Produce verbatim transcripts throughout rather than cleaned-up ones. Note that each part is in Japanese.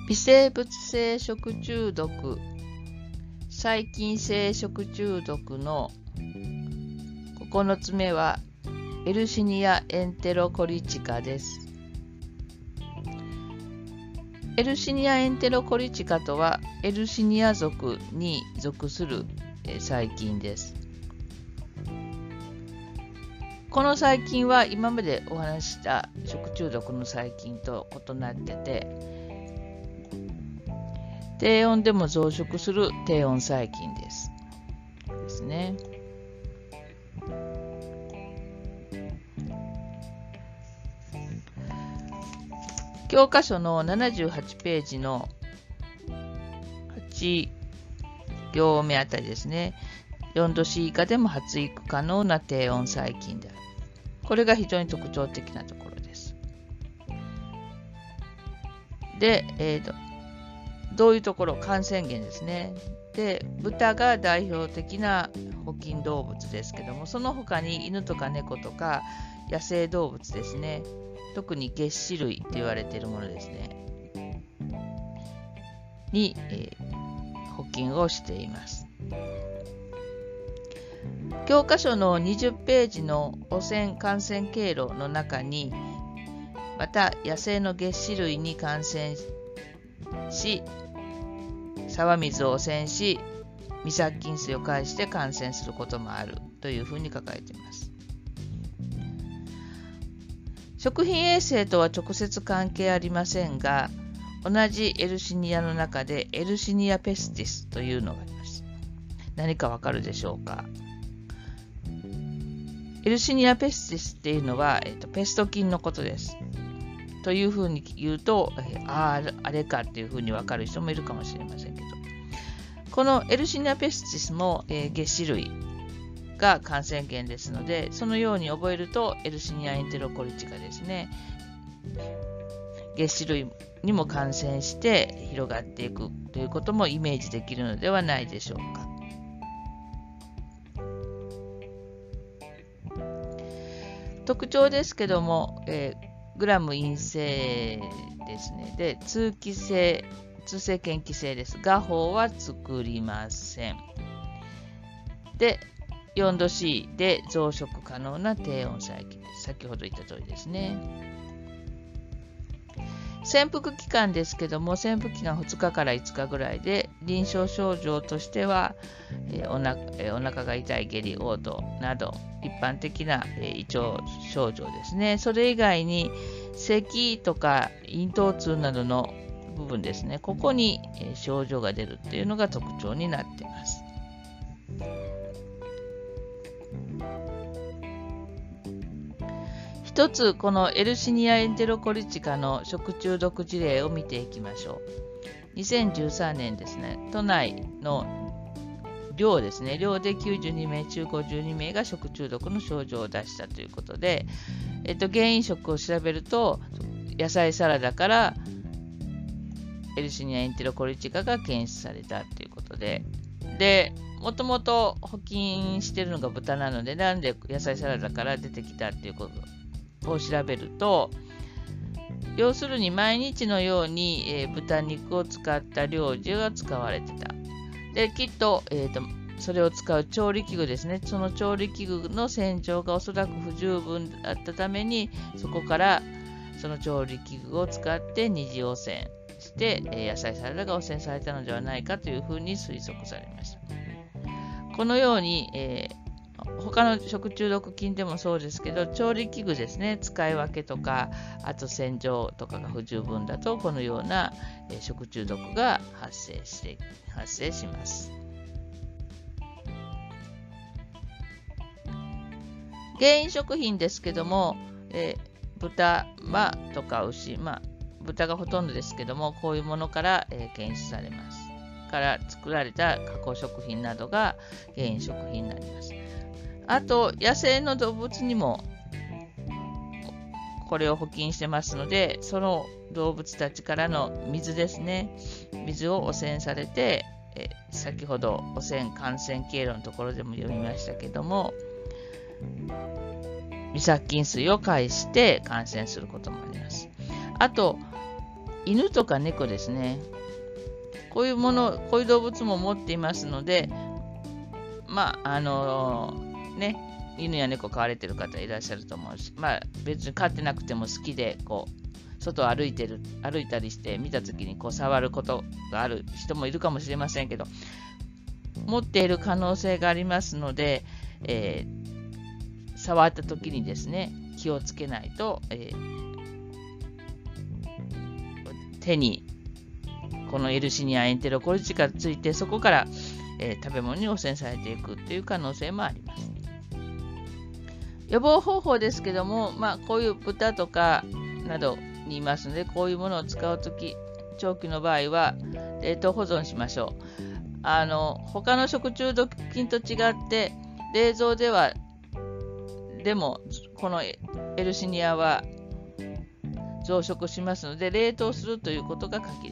微生物性食中毒、細菌性食中毒のここのつめはエルシニア・エンテロコリチカです。エルシニア・エンテロコリチカとはエルシニア属に属する細菌です。この細菌は今までお話しした食中毒の細菌と異なってて、低温でも増殖する低温細菌です。ですね。教科書のななじゅうはちページのはち行目あたりですね。よんど C 以下でも発育可能な低温細菌である。これが非常に特徴的なところです。で、えーと、どういうところ、感染源ですね。で、豚が代表的な保菌動物ですけども、その他に犬とか猫とか野生動物ですね。特に齧歯類と言われているものですね。に、えー、保菌をしています。教科書のにじゅうページの汚染感染経路の中に、また野生の齧歯類に感染し、沢水を汚染し、未殺菌水を介して感染することもあるというふうに書かれています。食品衛生とは直接関係ありませんが、同じエルシニアの中でエルシニアペスティスというのがあります。何かわかるでしょうか？エルシニアペスティスっていうのは、えっと、ペスト菌のことです。というふうに言うと、ああ、あれかっていうふうに分かる人もいるかもしれませんけど、このエルシニアペスティスも、えー、齧歯類が感染源ですので、そのように覚えるとエルシニア・エンテロコリチカですね。齧歯類にも感染して広がっていくということもイメージできるのではないでしょうか。特徴ですけども、えーグラム陰性ですね。で、通気性、通性嫌気性です。芽胞は作りません。で、よんど C で増殖可能な低温細菌です。先ほど言った通りですね。潜伏期間ですけども、潜伏期間ふつかからいつかぐらいで、臨床症状としては、えー、おなえー、お腹が痛い、下痢、嘔吐など、一般的な、えー、胃腸症状ですね。それ以外に、咳とか咽頭痛などの部分ですね。ここに、えー、症状が出るっていうのが特徴になっています。一つ、このエルシニア・エンテロコリチカの食中毒事例を見ていきましょう。にせんじゅうさんねんですね、都内の寮ですね、寮できゅうじゅうにめい中ごじゅうにめいが食中毒の症状を出したということで、えっと、原因食を調べると、野菜サラダからエルシニア・エンテロコリチカが検出されたということで、で、もともと保菌しているのが豚なので、なんで野菜サラダから出てきたということを調べると、要するに毎日のように、えー、豚肉を使った料理が使われてた。で、きっと、えーと、それを使う調理器具ですね。その調理器具の洗浄がおそらく不十分だったために、そこからその調理器具を使って二次汚染して、えー、野菜サラダが汚染されたのではないかというふうに推測されました。このように、えー他の食中毒菌でもそうですけど、調理器具ですね、使い分けとか、あと洗浄とかが不十分だと、このような食中毒が発生して、発生します。原因食品ですけども、えー、豚、馬とか牛、まあ、豚がほとんどですけども、こういうものから、えー、検出されます。から作られた加工食品などが原因食品になります。あと、野生の動物にもこれを保菌してますので、その動物たちからの水ですね。水を汚染されて、え先ほど汚染感染経路のところでも読みましたけども、未殺菌水を介して感染することもあります。あと、 犬とか猫ですね。こういうもの、こういう動物も持っていますので、まあ、あのーね、犬や猫飼われてる方いらっしゃると思うし、まあ、別に飼ってなくても好きで、こう、外を歩いてる、歩いたりして見たときにこう触ることがある人もいるかもしれませんけど、持っている可能性がありますので、えー、触ったときにですね、気をつけないと、えー、手にこのエルシニアエンテロコルチカがついて、そこから、えー、食べ物に汚染されていくという可能性もあります。予防方法ですけども、まあ、こういう豚とかなどにいますので、こういうものを使うとき、長期の場合は冷凍保存しましょう。あの他の食中毒菌と違って冷蔵ではでもこのエルシニアは増殖しますので、冷凍するということが鍵です。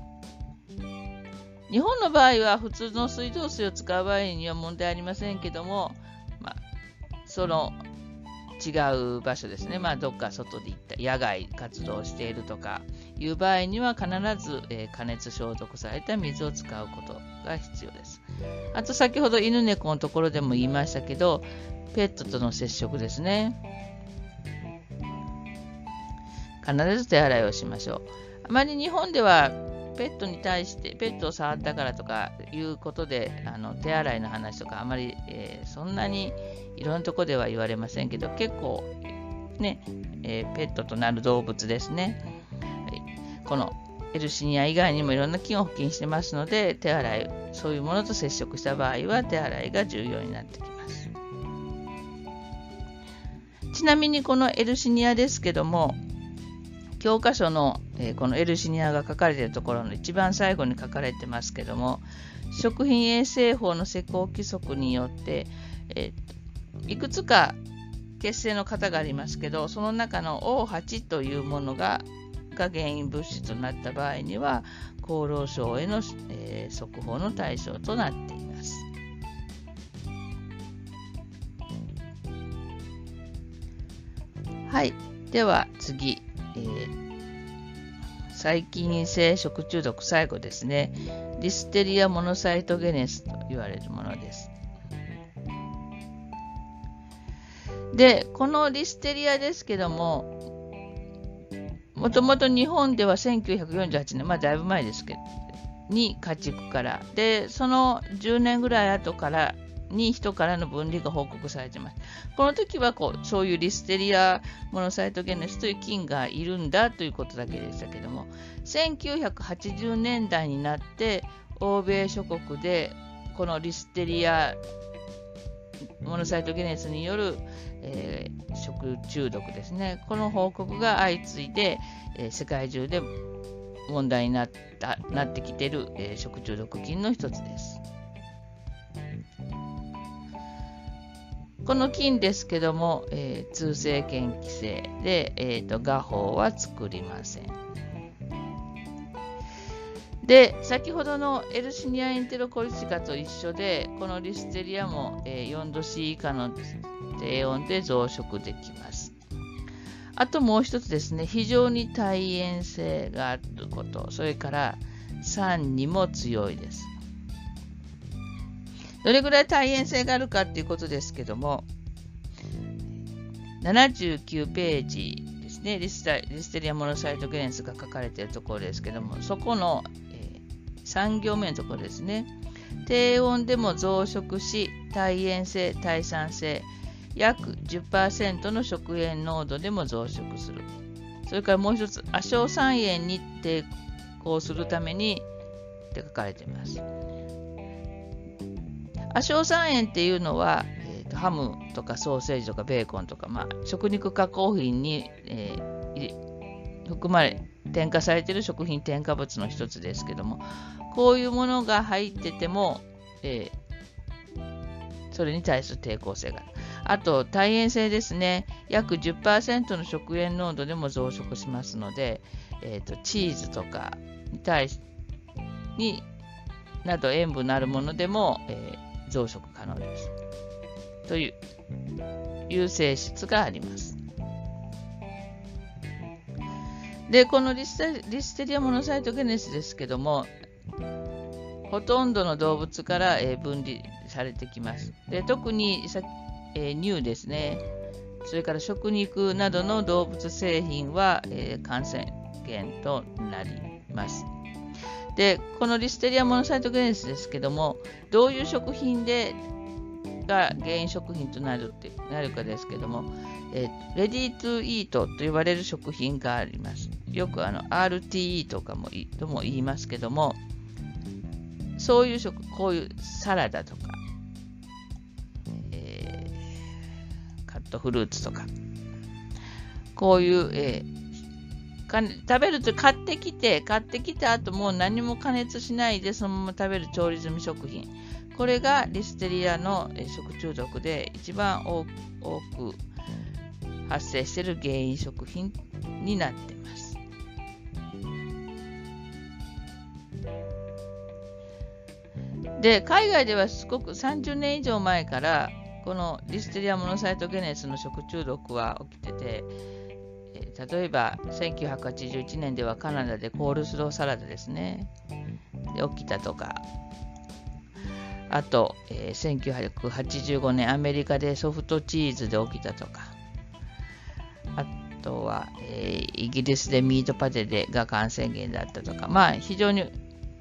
日本の場合は普通の水道水を使う場合には問題ありませんけども、まあ、その違う場所ですね、まあ、どっか外で行った野外活動をしているとかいう場合には必ず、えー、加熱消毒された水を使うことが必要です。あと先ほど犬猫のところでも言いましたけど、ペットとの接触ですね。必ず手洗いをしましょう。あまり日本ではペットに対してペットを触ったからとかいうことであの手洗いの話とかあまり、えー、そんなにいろんなところでは言われませんけど、結構ね、えー、ペットとなる動物ですね、はい、このエルシニア以外にもいろんな菌を保菌してますので、手洗い、そういうものと接触した場合は手洗いが重要になってきます。ちなみにこのエルシニアですけども、教科書の、えー、このエルシニアが書かれているところの一番最後に書かれてますけども、食品衛生法の施行規則によって、えー、いくつか血清の型がありますけど、その中の オーはち というものがが原因物質となった場合には厚労省への、えー、速報の対象となっています。はい、では次、えー、細菌性食中毒、最後ですね。リステリアモノサイトゲネスと言われるものです。で、このリステリアですけども、もともと日本ではせんきゅうひゃくよんじゅうはちねん、まあだいぶ前ですけど、に家畜から、で、そのじゅうねんぐらい後からに人からの分離が報告されています。この時はこうそういうリステリアモノサイトゲネスという菌がいるんだということだけでしたけども、せんきゅうひゃくはちじゅうねんだいになって欧米諸国でこのリステリアモノサイトゲネスによる、えー、食中毒ですね、この報告が相次いで、えー、世界中で問題になった、なってきている、えー、食中毒菌の一つです。この菌ですけども、えー、通性嫌気性で、えーと、芽胞は作りません。で、先ほどのエルシニアエンテロコルチカと一緒で、このリステリアも、えー、よんど C 以下の低温で増殖できます。あともう一つですね、非常に耐炎性があること、それから酸にも強いです。どれぐらい耐炎性があるかっていうことですけども、ななじゅうきゅうページですね、リスタリステリアモノサイトゲネスが書かれているところですけども、そこの、えー、さん行目のところですね。低温でも増殖し、耐炎性、耐酸性、約 じゅっパーセント の食塩濃度でも増殖する。それからもう一つ、亜硝酸塩に抵抗するためにって書かれています。亜硝酸塩っていうのは、えー、とハムとかソーセージとかベーコンとか、まあ、食肉加工品に、えー、含まれ添加されている食品添加物の一つですけども、こういうものが入ってても、えー、それに対する抵抗性がある。あと耐炎性ですね、約 じゅっパーセント の食塩濃度でも増殖しますので、えー、とチーズとかに対しになど塩分のあるものでも、えー増殖可能ですといういう性質があります。 で、このリステリステリアモノサイトゲネスですけども、ほとんどの動物から、えー、分離されてきます。で、特にさ、えー、乳ですね、それから食肉などの動物製品は、えー、感染源となります。で、このリステリアモノサイトゲネスですけども、どういう食品でが原因食品となるってなるかですけども、えー、レディートゥイートと言われる食品があります。よくあの アールティーイー とかもとも言いますけども、そういう食、こういうサラダとか、えー、カットフルーツとか、こういう、えー、か食べると買ってきて、買ってきた後もう何も加熱しないでそのまま食べる調理済み食品。これがリステリアの食中毒で一番多く発生している原因食品になっています。で、海外ではすごくさんじゅうねん以上前からこのリステリアモノサイトゲネスの食中毒は起きてて、例えばせんきゅうひゃくはちじゅういちねんではカナダでコールスローサラダですねで起きたとか、あと、えー、せんきゅうひゃくはちじゅうごねんアメリカでソフトチーズで起きたとか、あとは、えー、イギリスでミートパテでが感染源だったとか、まあ非常に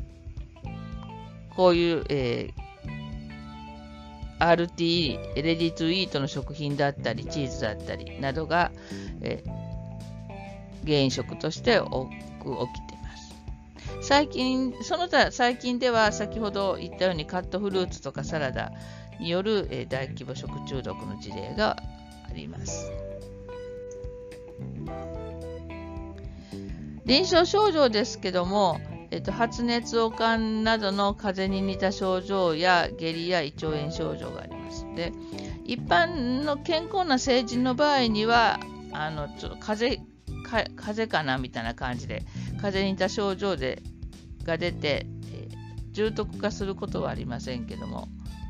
こういう、えー、アールティーイー、レディートゥイートの食品だったりチーズだったりなどが、えー、原因食として多く起きています。最近、その他最近では先ほど言ったようにカットフルーツとかサラダによる、えー、大規模食中毒の事例があります。臨床症状ですけども、えっと、発熱、悪寒などの風邪に似た症状や下痢や胃腸炎症状があります。で、一般の健康な成人の場合には、あのちょっと風邪か、風邪かなみたいな感じで、風邪に似た症状でが出て、えー、重篤化することはありませんけども、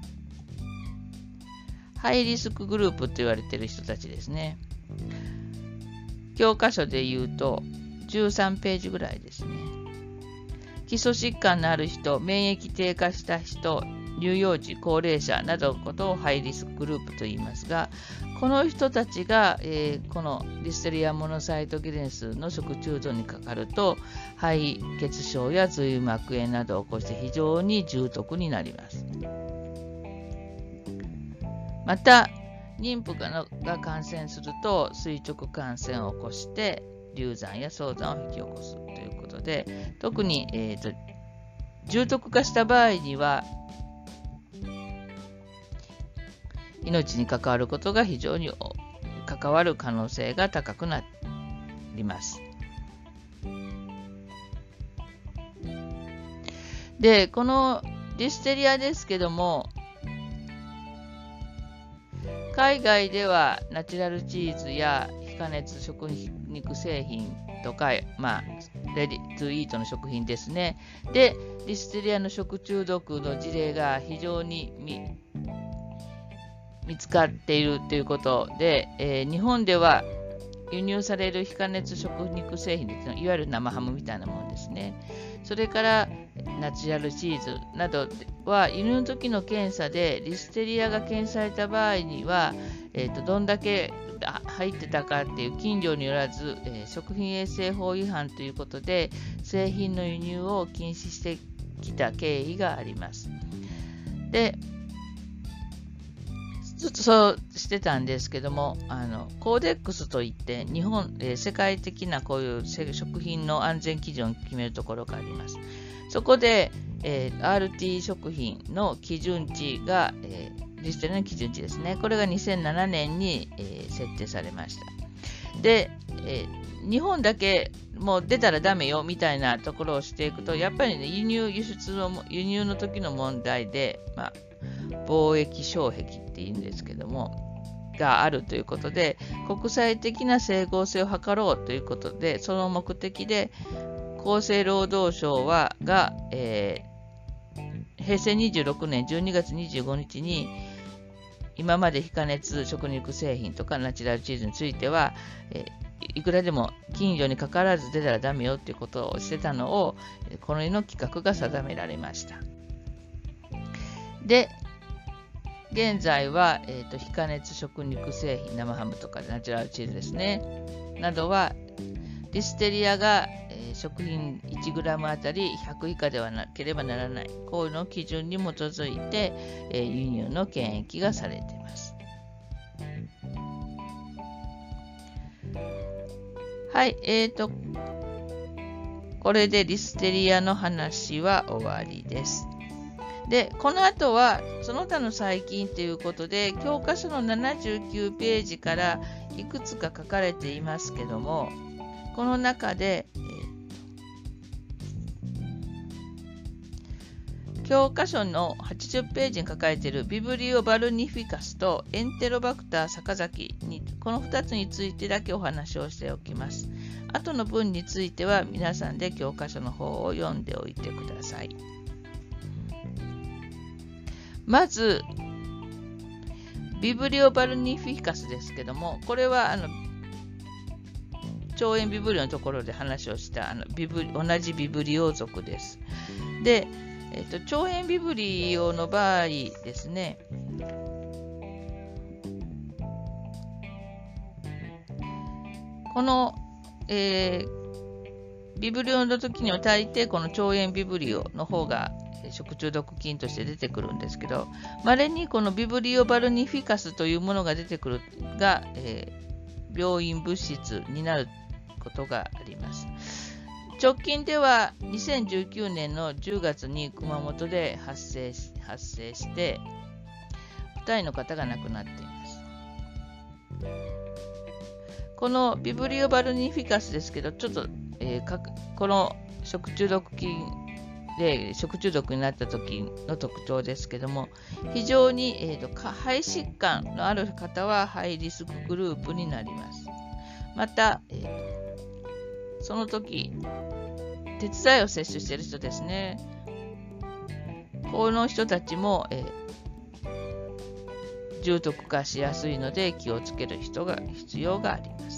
ハイリスクグループと言われている人たちですね。教科書で言うとじゅうさんページぐらいですね。基礎疾患のある人、免疫低下した人、乳幼児、高齢者などのことをハイリスクグループと言いますが、この人たちが、えー、このリステリアモノサイトゲネスの食中毒にかかると、肺血症や髄膜炎などを起こして非常に重篤になります。また、妊婦が感染すると垂直感染を起こして流産や早産を引き起こすということで、特に、えーと、重篤化した場合には命に関わることが非常に関わる可能性が高くなります。で、このリステリアですけども、海外ではナチュラルチーズや非加熱食肉製品とか、まあ、レディトゥイートの食品ですね。で、リステリアの食中毒の事例が非常に 見, 見つかっているということで、えー、日本では輸入される非加熱食肉製品ですね、いわゆる生ハムみたいなものですね。それからナチュラルチーズなどは輸入の時の検査でリステリアが検出された場合には、えーと、どんだけ入ってたかっていう斤量によらず、えー、食品衛生法違反ということで製品の輸入を禁止してきた経緯があります。で、ずっとそうしてたんですけども、あのコーデックスといって日本、えー、世界的なこういう食品の安全基準を決めるところがあります。そこで、えー、アールティー 食品の基準値が、えー、リステリアの基準値ですね。これがにせんななねんに、えー、設定されました。で、えー、日本だけもう出たらダメよみたいなところをしていくと、やっぱりね、輸入輸出の輸入の時の問題で、まあ、貿易障壁っていうんですけどもがあるということで、国際的な整合性を図ろうということで、その目的で厚生労働省はが、えー、へいせいにじゅうろくねんじゅうにがつにじゅうごにちに今まで非加熱食肉製品とかナチュラルチーズについては、えー、 いくらでも近所にかかわらず出たらダメよっていうことをしてたのを、この規格が定められました。で、現在は、えーと、非加熱食肉製品、生ハムとかナチュラルチーズですね、などは、リステリアが、えー、食品 いちグラム あたりひゃく以下ではなければならない、こういうの基準に基づいて、えー、輸入の検疫がされています。はい、えーと、これでリステリアの話は終わりです。で、この後はその他の細菌ということで、教科書のななじゅうきゅうページからいくつか書かれていますけども、この中で、えー、教科書のはちじゅっページに書かれているビブリオバルニフィカスとエンテロバクター坂崎に、このふたつについてだけお話をしておきます。後の文については皆さんで教科書の方を読んでおいてください。まず、ビブリオバルニフィカスですけども、これはあの腸炎ビブリオのところで話をしたあのビブ同じビブリオ属です。で、えっと、腸炎ビブリオの場合ですね、この、えー、ビブリオの時には大抵この腸炎ビブリオの方が食中毒菌として出てくるんですけど、稀にこのビブリオバルニフィカスというものが出てくるが、えー、病院物質になることがあります。直近ではにせんじゅうきゅうねんのじゅうがつに熊本で発生し、発生してふたりの方が亡くなっています。このビブリオバルニフィカスですけど、ちょっと、えー、かこの食中毒菌で食中毒になった時の特徴ですけども、非常に、えーと、肺疾患のある方はハイリスクグループになります。また、えー、その時鉄剤を摂取している人ですね、この人たちも、えー、重篤化しやすいので気をつける人が必要があります。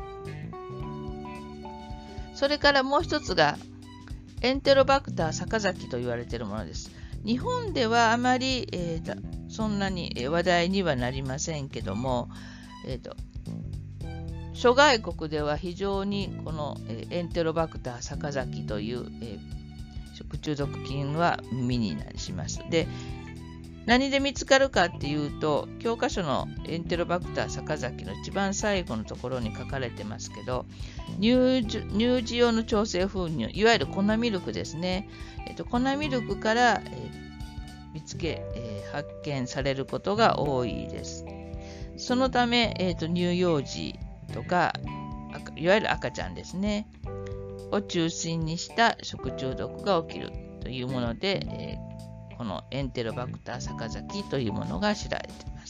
それからもう一つがエンテロバクター坂崎と言われているものです。日本ではあまり、えー、そんなに話題にはなりませんけども、えーと、諸外国では非常にこの、えー、エンテロバクター坂崎という、えー、食中毒菌は耳にします。で、何で見つかるかっていうと、教科書のエンテロバクター坂崎の一番最後のところに書かれてますけど、乳児用の調整粉乳、いわゆる粉ミルクですね。えっと、粉ミルクから、えー、見つけ、えー、発見されることが多いです。そのため、えーと、乳幼児とか、いわゆる赤ちゃんですね、を中心にした食中毒が起きるというもので、えーこのエンテロバクター坂崎というものが知られています。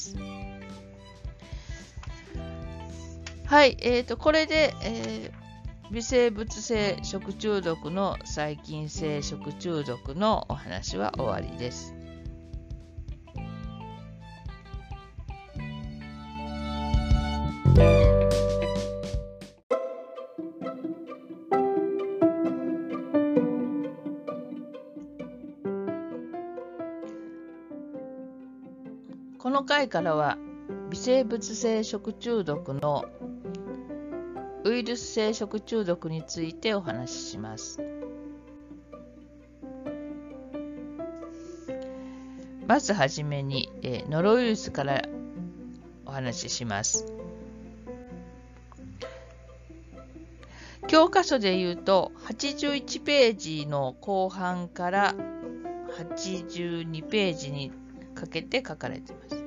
はい、えーと、これで、えー、微生物性食中毒の細菌性食中毒のお話は終わりです。この回からは微生物性食中毒のウイルス性食中毒についてお話しします。まずはじめに、えー、ノロウイルスからお話しします。教科書で言うとはちじゅういちページの後半からはちじゅうにページにかけて書かれています。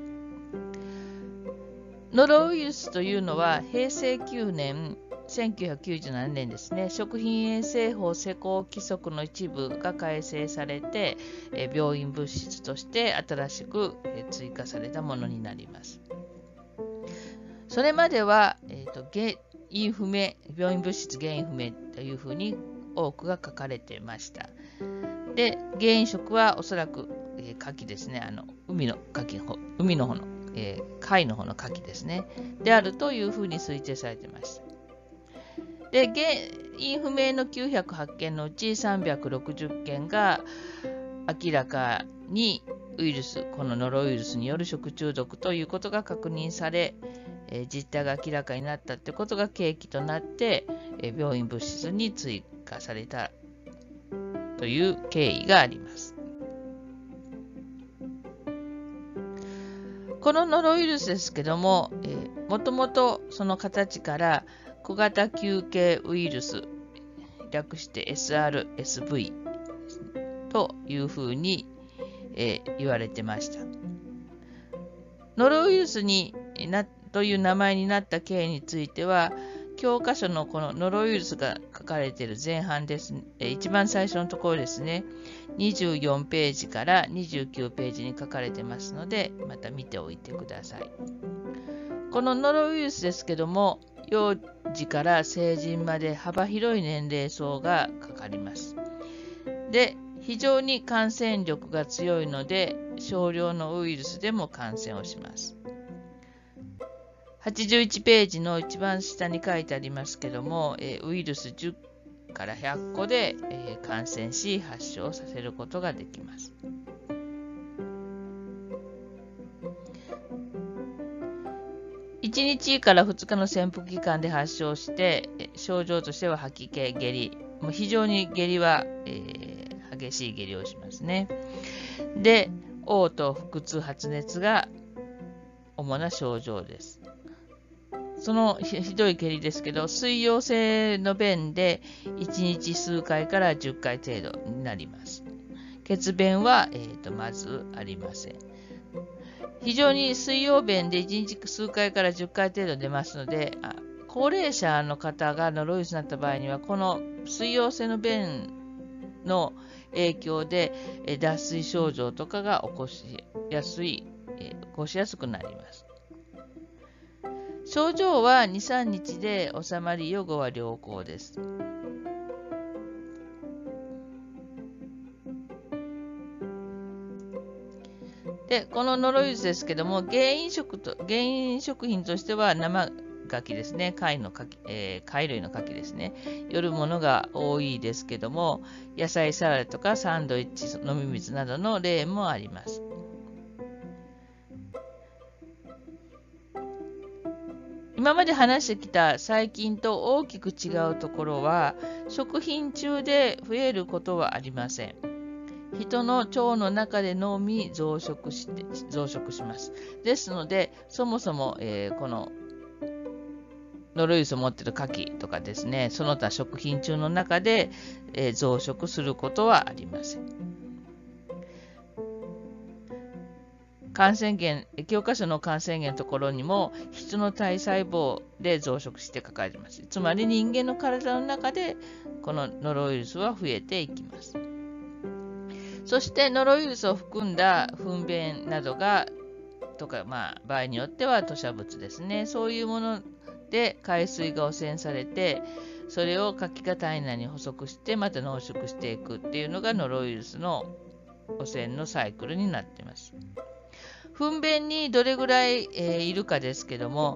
ノロウイルスというのはへいせいきゅうねん、せんきゅうひゃくきゅうじゅうななねんですね、食品衛生法施行規則の一部が改正されて、病院物質として新しく追加されたものになります。それまでは、えーと、原因不明、病院物質原因不明というふうに多くが書かれていました。で、原因色はおそらく、えー、牡蠣ですね、あの海の牡蠣の海の方の、えー、貝の方の牡蠣ですね、であるというふうに推定されていました。 で、原因不明のきゅうひゃくはちけんのうちさんびゃくろくじゅっけんが明らかにウイルス、このノロウイルスによる食中毒ということが確認され、えー、実態が明らかになったということが契機となって、えー、病院物質に追加されたという経緯があります。このノロウイルスですけども、えー、もともとその形から小型球形ウイルス、略して エスアールエスブイ というふうに、えー、言われてました。ノロウイルスになという名前になった経緯については、教科書のこのノロウイルスが書かれている前半です、えー、一番最初のところですね、にじゅうよんページからにじゅうきゅうページに書かれてますので、また見ておいてください。このノロウイルスですけども、幼児から成人まで幅広い年齢層がかかります。で、非常に感染力が強いので、少量のウイルスでも感染をします。はちじゅういちページの一番下に書いてありますけども、えー、ウイルスじゅっからひゃっこで、えー、感染し発症させることができます。いちにちからふつかの潜伏期間で発症して、症状としては吐き気、下痢、もう非常に下痢は、えー、激しい下痢をしますね。で、嘔吐、腹痛、発熱が主な症状です。そのひどい下痢ですけど、水溶性の便でいちにち数回からじゅっかい程度になります。血便は、えーと、まずありません。非常に水溶便でいちにち数回からじゅっかい程度出ますので、あ高齢者の方がノロウイルスになった場合には、この水溶性の便の影響で脱水症状とかが起こしやすい、起こしやすくなります。症状はに、さんにちで収まり、予後は良好です。で、このノロウイルスですけども、原因食と原因食品としては生牡蠣ですね、貝の牡蠣、えー、貝類の牡蠣ですね、よるものが多いですけども、野菜サラダとかサンドイッチ、飲み水などの例もあります。今まで話してきた細菌と大きく違うところは、食品中で増えることはありません。人の腸の中でのみ増殖して増殖します。ですので、そもそも、えー、このノロウイルスを持っている牡蠣とかですね、その他食品中の中で、えー、増殖することはありません。感染源、教科書の感染源のところにも、人の体細胞で増殖して書かれています。つまり人間の体の中で、このノロウイルスは増えていきます。そしてノロウイルスを含んだ糞便などが、とか、まあ、場合によっては吐瀉物ですね。そういうもので海水が汚染されて、それを牡蠣が体内に捕捉して、また濃縮していくっていうのがノロウイルスの汚染のサイクルになっています。糞便にどれぐらい、えー、いるかですけども、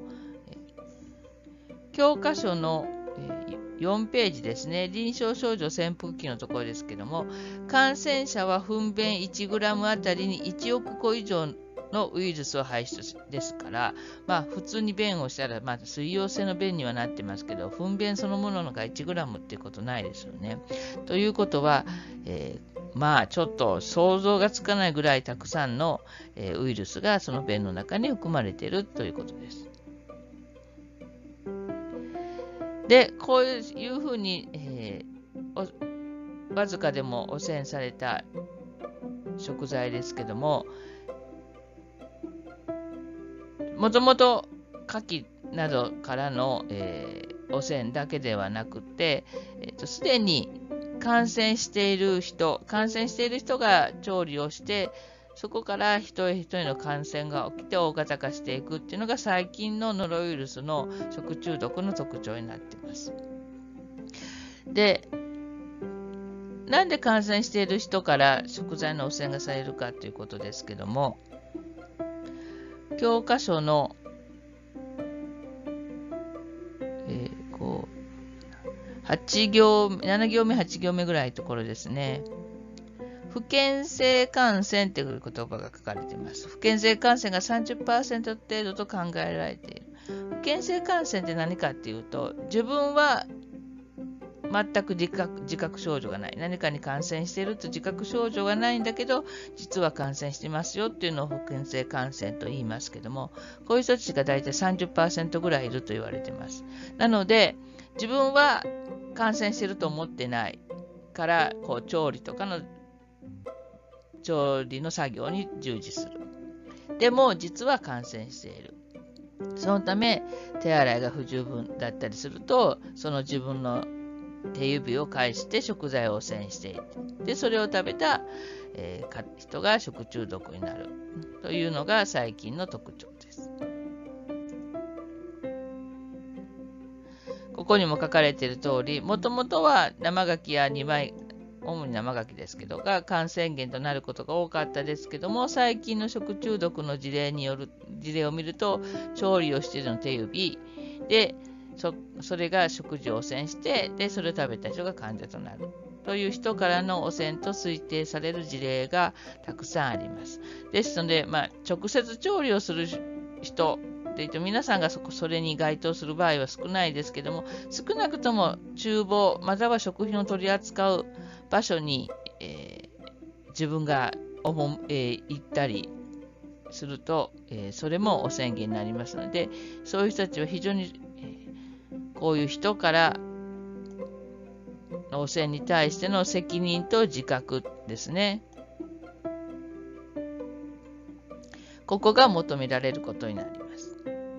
教科書の、えーよんページですね、臨床症状潜伏期のところですけども、感染者は糞便いちグラムあたりにいちおくこ以上のウイルスを排出ですから、まあ、普通に便をしたら、まあ、水溶性の便にはなってますけど、糞便そのものがいちグラムっていうことないですよね。ということは、えー、まあちょっと想像がつかないぐらいたくさんの、えー、ウイルスがその便の中に含まれているということです。で、こういうふうに、えー、わずかでも汚染された食材ですけども、もともと牡蠣などからの、えー、汚染だけではなくて、えーと、すでに感染している人、感染している人が調理をして、そこから人へ人への感染が起きて大型化していくっていうのが最近のノロウイルスの食中毒の特徴になっています。で、なんで感染している人から食材の汚染がされるかということですけども、教科書の、えー、こうはち行、なな行目、はち行目ぐらいのところですね。不健性感染という言葉が書かれています。不健性感染が さんじゅっパーセント 程度と考えられている。不健性感染って何かっていうと、自分は全く自覚、自覚症状がない。何かに感染していると自覚症状がないんだけど、実は感染してますよっていうのを不健性感染と言いますけども、こういう人たちが大体 さんじゅっパーセント ぐらいいると言われています。なので、自分は感染していると思ってないから、こう調理とかの調理の作業に従事する。でも、実は感染している。そのため、手洗いが不十分だったりすると、その自分の手指を介して食材を汚染していて、でそれを食べた、えー、人が食中毒になるというのが細菌の特徴です。ここにも書かれている通り、もともとは生牡蠣や二枚、主に生牡蠣ですけどが感染源となることが多かったですけども、最近の食中毒の事例による事例を見ると、調理をしているの手指でそ, それが食事を汚染して、でそれを食べた人が患者となるという人からの汚染と推定される事例がたくさんあります。ですので、まあ、直接調理をする人といって皆さんが そ, こそれに該当する場合は少ないですけども、少なくとも厨房または食品を取り扱う場所に、えー、自分がおも、えー、行ったりすると、えー、それも汚染源になりますので、そういう人たちは非常に、えー、こういう人からの汚染に対しての責任と自覚ですね。ここが求められることになります。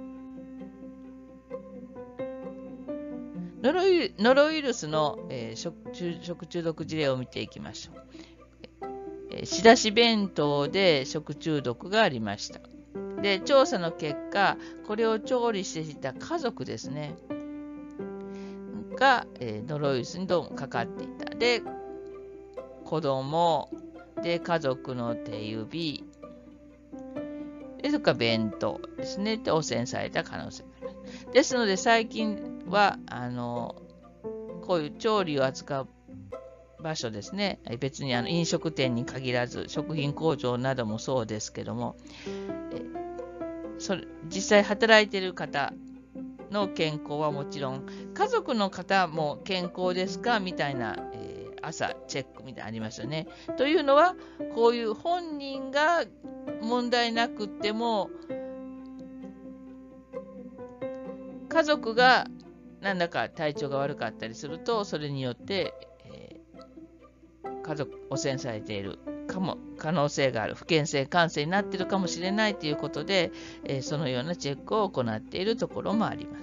ノロウイ、ノロウイルスの、えー、食中、食中毒事例を見ていきましょう。えー、仕出し弁当で食中毒がありました。で、調査の結果、これを調理していた家族ですね、が、えー、ノロウイルスにどうもかかっていた。で、子供、で、家族の手指、で、それから弁当ですね、で、汚染された可能性があります。ですので、最近は、あの、こういう調理を扱う場所ですね、別にあの飲食店に限らず、食品工場などもそうですけども、えそれ実際働いている方の健康はもちろん、家族の方も健康ですかみたいな、えー、朝チェックみたいなのありますよね。というのは、こういう本人が問題なくっても、家族がなんだか体調が悪かったりすると、それによって、えー、家族汚染されているかも可能性がある、不健性感染になっているかもしれないということで、えー、そのようなチェックを行っているところもあります。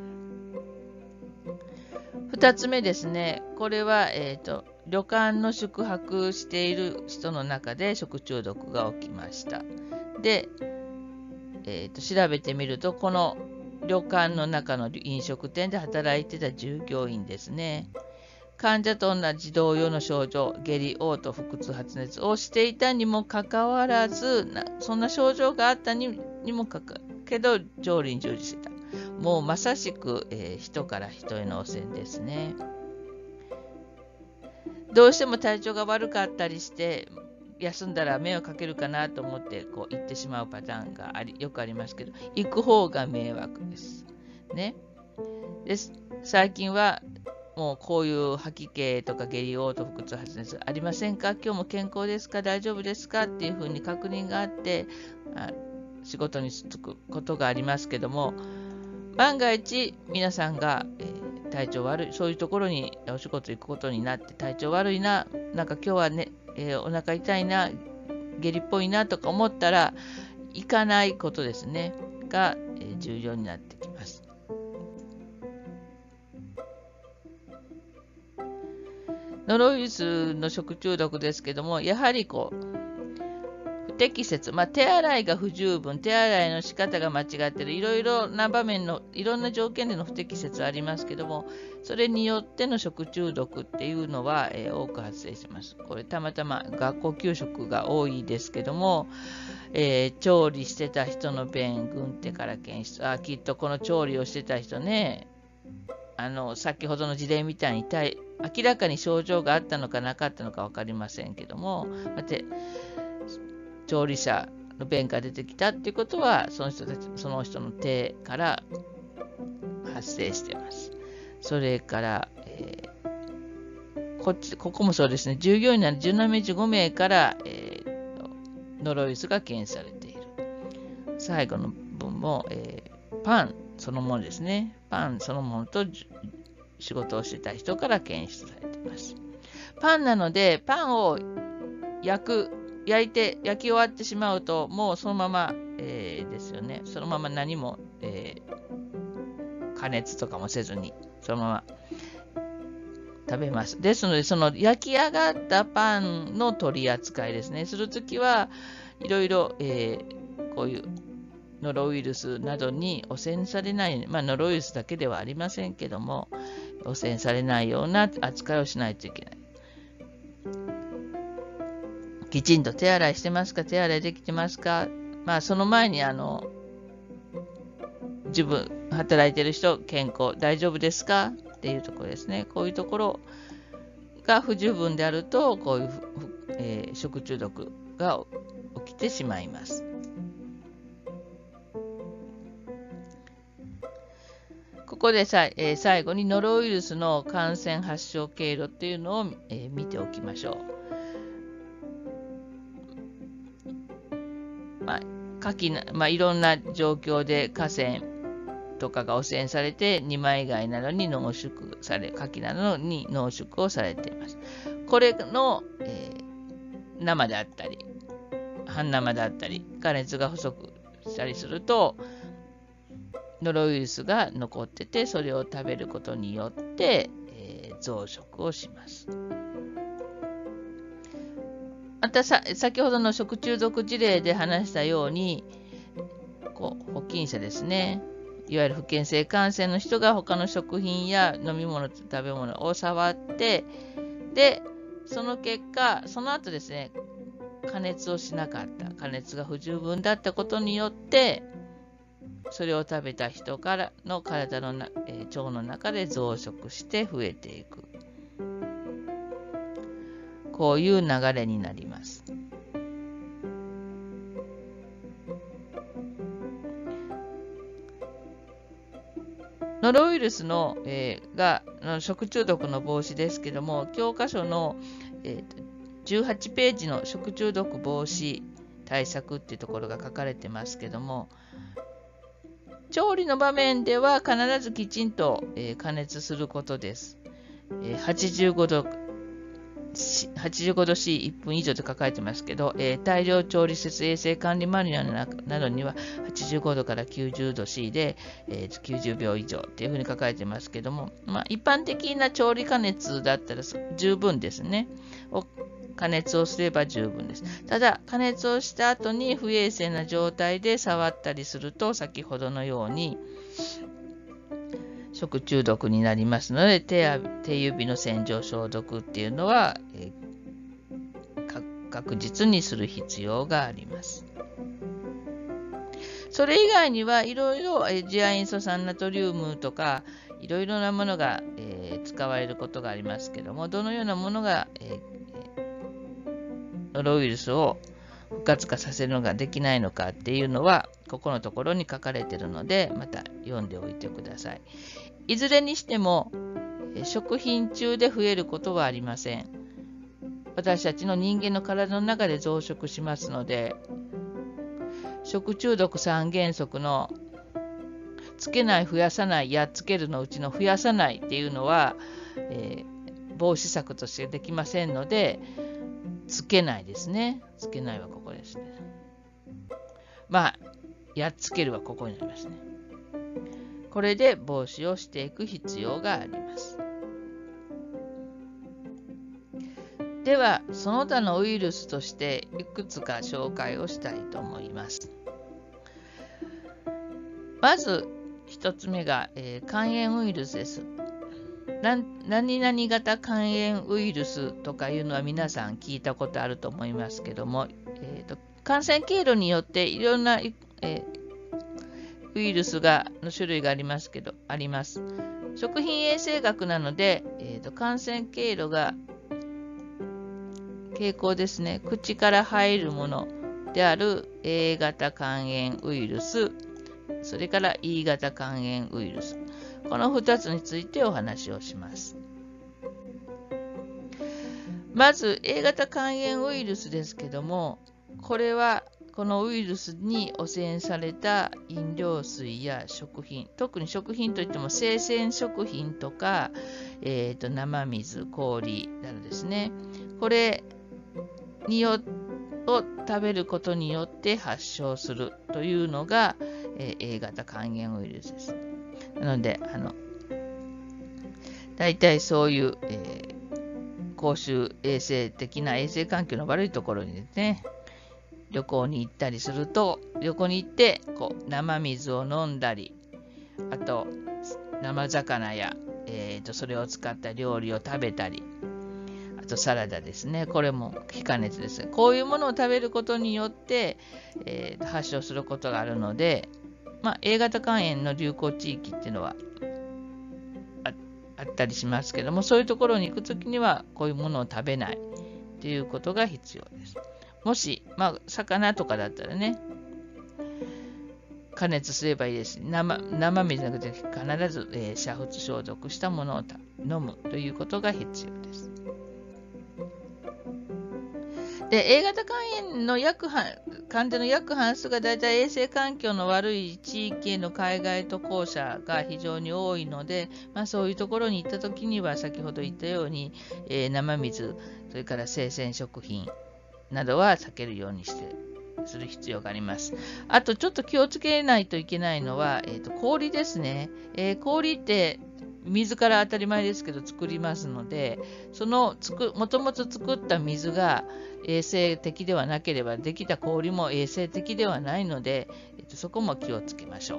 ふたつめですね、これは、えーと、旅館の宿泊している人の中で食中毒が起きました。で、えーと、調べてみると、この旅館の中の飲食店で働いてた従業員ですね。患者と同じ同様の症状、下痢、嘔吐、腹痛、発熱をしていたにもかかわらず、そんな症状があったにもかかわらず、けど調理に従事していた。もうまさしく、えー、人から人への汚染ですね。どうしても体調が悪かったりして、休んだら迷惑かけるかなと思ってこう行ってしまうパターンがありよくありますけど、行く方が迷惑です。ね。です。最近はもうこういう吐き気とか下痢、嘔吐、腹痛、発熱ありませんか？今日も健康ですか？大丈夫ですか？っていうふうに確認があって、あ仕事に就くことがありますけども、万が一皆さんが、えー、体調悪い、そういうところにお仕事行くことになって体調悪いな、なんか今日はね、えー、お腹痛いな、下痢っぽいなとか思ったら行かないことですねが、えー、重要になってきます。ノロウイルスの食中毒ですけども、やはりこう不適切、まあ、手洗いが不十分、手洗いの仕方が間違っている、いろいろな場面のいろんな条件での不適切ありますけども、それによっての食中毒っていうのは、えー、多く発生します。これたまたま学校給食が多いですけども、えー、調理してた人の便、軍手から検出、あ、きっとこの調理をしてた人ね、 あの先ほどの事例みたいに明らかに症状があったのかなかったのか分かりませんけども、調理者の便が出てきたっていうことは、その人たち、その人の手から発生しています。それから、えー、こっち、ここもそうですね、従業員ならじゅうななめいじゅうごめいから、えー、ノロウイルスが検出されている。最後の文も、えー、パンそのものですね。パンそのものと仕事をしてた人から検出されています。パンなので、パンを焼く、焼いて、焼き終わってしまうと、もうそのまま、えー、ですよね。そのまま何も、えー、加熱とかもせずに、そのまま食べます。ですので、その焼き上がったパンの取り扱いですね。するときは、いろいろ、えー、こういうノロウイルスなどに汚染されない、まあ、ノロウイルスだけではありませんけども、汚染されないような扱いをしないといけない。きちんと手洗いしてますか、手洗いできてますか。まあ、その前に、あの、自分、働いてる人、健康、大丈夫ですかっていうところですね。こういうところが不十分であると、こういう、えー、食中毒が起きてしまいます。ここでさ、えー、最後にノロウイルスの感染発症経路っていうのを、えー、見ておきましょう。まあ、下記な、まあ、いろんな状況で河川とかが汚染されて、二枚貝などに濃縮され、下記などに濃縮をされています。これの、えー、生であったり、半生であったり、加熱が不足したりすると、ノロウイルスが残ってて、それを食べることによって、えー、増殖をします。またさ、先ほどの食中毒事例で話したように、こう保菌者ですね。いわゆる不健性感染の人が他の食品や飲み物、食べ物を触って、で、その結果、その後ですね、加熱をしなかった、加熱が不十分だったことによって、それを食べた人からの体のな、えー、腸の中で増殖して増えていく。こういう流れになります。ノロウイルスの、えー、が食中毒の防止ですけども、教科書の、えー、じゅうはちページの食中毒防止対策っていうところが書かれてますけども、調理の場面では必ずきちんと、えー、加熱することです。えー、はちじゅうごど、はちじゅうごど Cいっぷん以上と書かれてますけど、えー、大量調理施設衛生管理マニュアルなどにははちじゅうごどからきゅうじゅうど C で、えー、きゅうじゅうびょう以上っていうふうに書かれてますけども、まあ、一般的な調理加熱だったら十分ですね。加熱をすれば十分です。ただ、加熱をした後に不衛生な状態で触ったりすると、先ほどのように食中毒になりますので、手や手指の洗浄消毒っていうのは、えー、確実にする必要があります。それ以外にはいろいろ次亜塩素酸ナトリウムとかいろいろなものが、えー、使われることがありますけども、どのようなものが、えーノロウイルスを不活化させるのができないのかっていうのは、ここのところに書かれているので、また読んでおいてください。いずれにしても、食品中で増えることはありません。私たちの人間の体の中で増殖しますので、食中毒三原則のつけない、増やさない、やっつけるのうちの増やさないっていうのは、えー、防止策としてできませんので、つけないですね。つけないはここですね。まあ、やっつけるはここになりますね。これで防止をしていく必要があります。では、その他のウイルスとしていくつか紹介をしたいと思います。まず、一つ目が、えー、肝炎ウイルスです。何々型肝炎ウイルスとかいうのは皆さん聞いたことあると思いますけども、えーと、感染経路によっていろんな、えー、 ウイルスがの種類がありますけど、あります。食品衛生学なので、えーと、感染経路が傾向ですね。口から入るものである A 型肝炎ウイルス、それから E 型肝炎ウイルス。このふたつについてお話をします。まず A 型肝炎ウイルスですけども、これはこのウイルスに汚染された飲料水や食品、特に食品といっても生鮮食品とか、えーと、生水、氷などですね。これによを食べることによって発症するというのが、えー、A 型肝炎ウイルスです。なので、あの大体そういう、えー公衆衛生的な衛生環境の悪いところにですね、旅行に行ったりすると、旅行に行ってこう生水を飲んだり、あと生魚や、えー、とそれを使った料理を食べたり、あとサラダですね、これも非加熱です。こういうものを食べることによって、えー、発症することがあるので、まあ、A 型肝炎の流行地域っていうのはあったりしますけども、そういうところに行くときにはこういうものを食べないということが必要です。もし、まあ、魚とかだったらね、加熱すればいいです。生、生水じゃなくて必ず、えー、煮沸消毒したものを飲むということが必要です。で、A 型肝炎の約半、患者の約半数がだいたい衛生環境の悪い地域への海外渡航者が非常に多いので、まあ、そういうところに行ったときには先ほど言ったように、えー、生水、それから生鮮食品などは避けるようにしてする必要があります。あとちょっと気をつけないといけないのは、えーと、氷ですね。えー、氷って水から当たり前ですけど作りますので、そのつくもともと作った水が衛生的ではなければ、できた氷も衛生的ではないので、えっと、そこも気をつけましょう。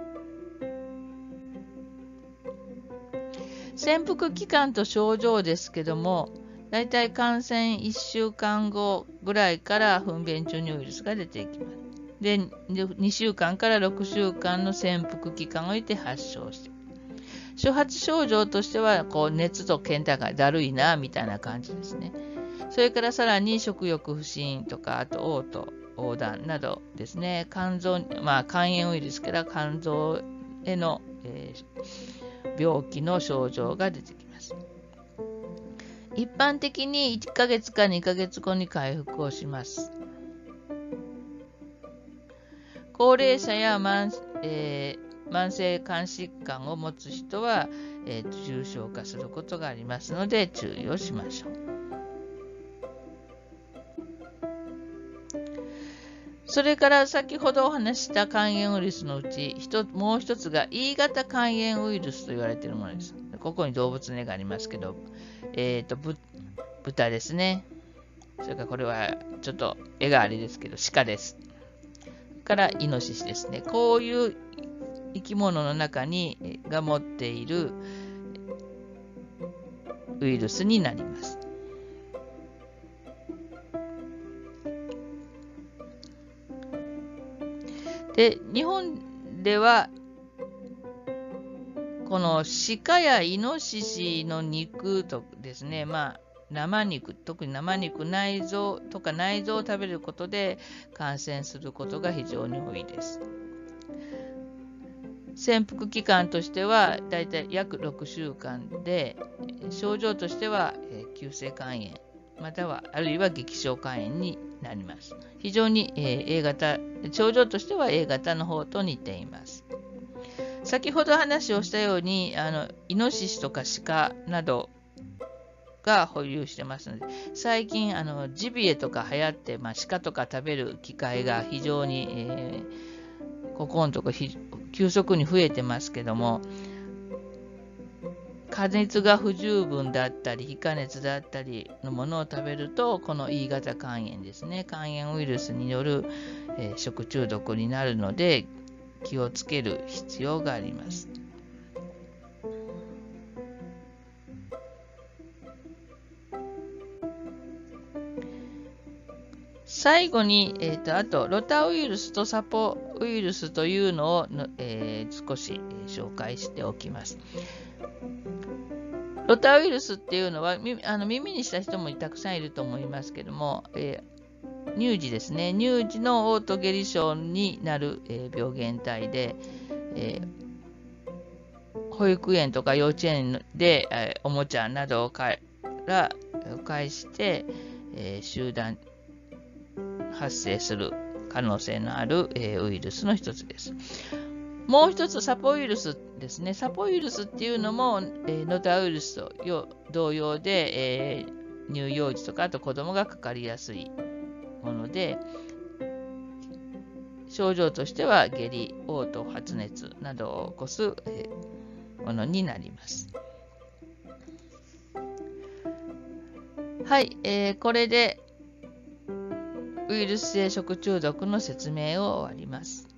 潜伏期間と症状ですけども、だいたい感染いっしゅうかんごぐらいから糞便中にウイルスが出ていきます。で、にしゅうかんからろくしゅうかんの潜伏期間を置いて発症して、初発症状としてはこう熱と倦怠感、だるいなみたいな感じですね。それからさらに食欲不振とか、あと嘔吐、横断などですね、肝臓、まあ、肝炎ウイルスから肝臓への、えー、病気の症状が出てきます。一般的にいっかげつかにかげつごに回復をします。高齢者や慢、えー、慢性肝疾患を持つ人は、えー、重症化することがありますので注意をしましょう。それから先ほどお話した肝炎ウイルスのうちもう一つが E 型肝炎ウイルスと言われているものです。ここに動物の絵がありますけど、えーと、ぶ豚ですね。それからこれはちょっと絵があれですけど鹿です。からイノシシですね。こういう生き物の中にが持っているウイルスになります。で、日本ではこの鹿やイノシシの肉とですね、まあ生肉、特に生肉、内臓とか内臓を食べることで感染することが非常に多いです。潜伏期間としてはだいたい約ろくしゅうかんで、症状としては急性肝炎、またはあるいは激小肝炎になります。非常に A 型、症状としては A 型の方と似ています。先ほど話をしたように、あのイノシシとか鹿などが保有してますので、最近あのジビエとか流行って、まあ、鹿とか食べる機会が非常に、えー、ここのとこ急速に増えてますけども、加熱が不十分だったり非加熱だったりのものを食べると、この E 型肝炎ですね、肝炎ウイルスによる、えー、食中毒になるので気をつける必要があります。 最後に、えーと、あとロタウイルスとサポウイルスというのをの、えー少し、えー紹介しておきます。ロタウイルスっていうのはみあの耳にした人もたくさんいると思いますけども、えー乳児ですね。乳児のオート下痢症になる、えー病原体で、えー保育園とか幼稚園で、えーおもちゃなどから介して、えー集団発生する可能性のある、えーウイルスの一つです。もう一つ、サポウイルスですね。サポウイルスっていうのも、えーノタウイルスと同様で、えー乳幼児とかあと子供がかかりやすいもので、症状としては下痢、嘔吐、発熱などを起こす、えーものになります。はい、えーこれでウイルス性食中毒の説明を終わります。